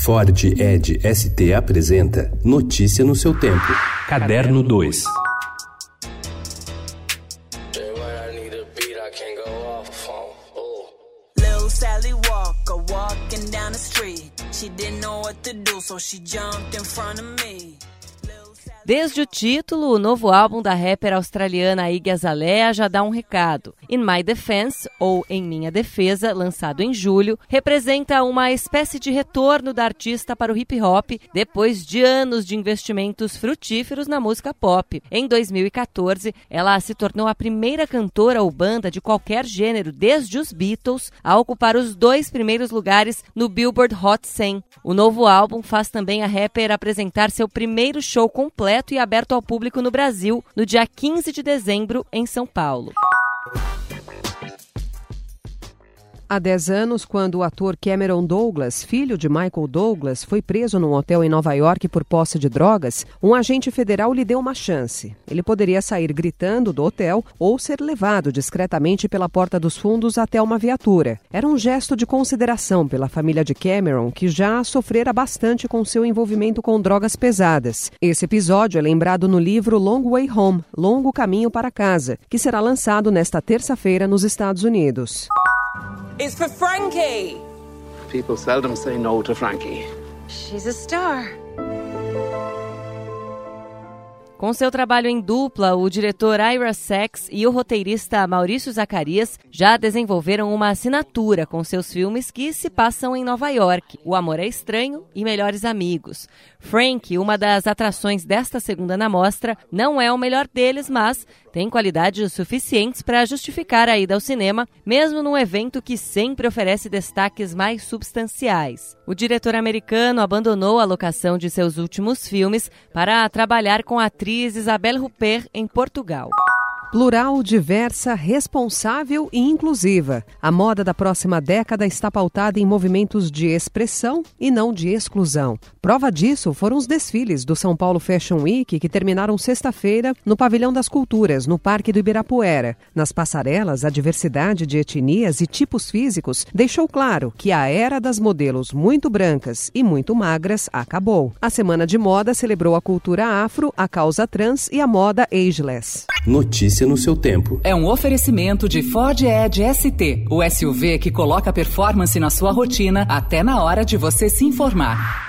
Ford Edge ST apresenta Notícia no seu tempo. Caderno 2. Little Sally Walker walking down the street. She didn't know what to do, so she jumped in front of me. Desde o título, o novo álbum da rapper australiana Iggy Azalea já dá um recado. In My Defense, ou Em Minha Defesa, lançado em julho, representa uma espécie de retorno da artista para o hip-hop depois de anos de investimentos frutíferos na música pop. Em 2014, ela se tornou a primeira cantora ou banda de qualquer gênero, desde os Beatles, a ocupar os 2 primeiros lugares no Billboard Hot 100. O novo álbum faz também a rapper apresentar seu primeiro show completo e aberto ao público no Brasil, no dia 15 de dezembro, em São Paulo. Há 10 anos, quando o ator Cameron Douglas, filho de Michael Douglas, foi preso num hotel em Nova York por posse de drogas, um agente federal lhe deu uma chance. Ele poderia sair gritando do hotel ou ser levado discretamente pela porta dos fundos até uma viatura. Era um gesto de consideração pela família de Cameron, que já sofrera bastante com seu envolvimento com drogas pesadas. Esse episódio é lembrado no livro Long Way Home, Longo Caminho para Casa, que será lançado nesta terça-feira nos Estados Unidos. It's for Frankie. People seldom say no to Frankie. She's a star. Com seu trabalho em dupla, o diretor Ira Sachs e o roteirista Maurício Zacarias já desenvolveram uma assinatura com seus filmes que se passam em Nova York, O Amor é Estranho e Melhores Amigos. Frank, uma das atrações desta segunda na mostra, não é o melhor deles, mas tem qualidades suficientes para justificar a ida ao cinema, mesmo num evento que sempre oferece destaques mais substanciais. O diretor americano abandonou a locação de seus últimos filmes para trabalhar com a atriz Isabelle Huppert em Portugal. Plural, diversa, responsável e inclusiva. A moda da próxima década está pautada em movimentos de expressão e não de exclusão. Prova disso foram os desfiles do São Paulo Fashion Week, que terminaram sexta-feira no Pavilhão das Culturas, no Parque do Ibirapuera. Nas passarelas, a diversidade de etnias e tipos físicos deixou claro que a era das modelos muito brancas e muito magras acabou. A Semana de Moda celebrou a cultura afro, a causa trans e a moda ageless. Notícia no seu tempo. É um oferecimento de Ford Edge ST, o SUV que coloca performance na sua rotina até na hora de você se informar.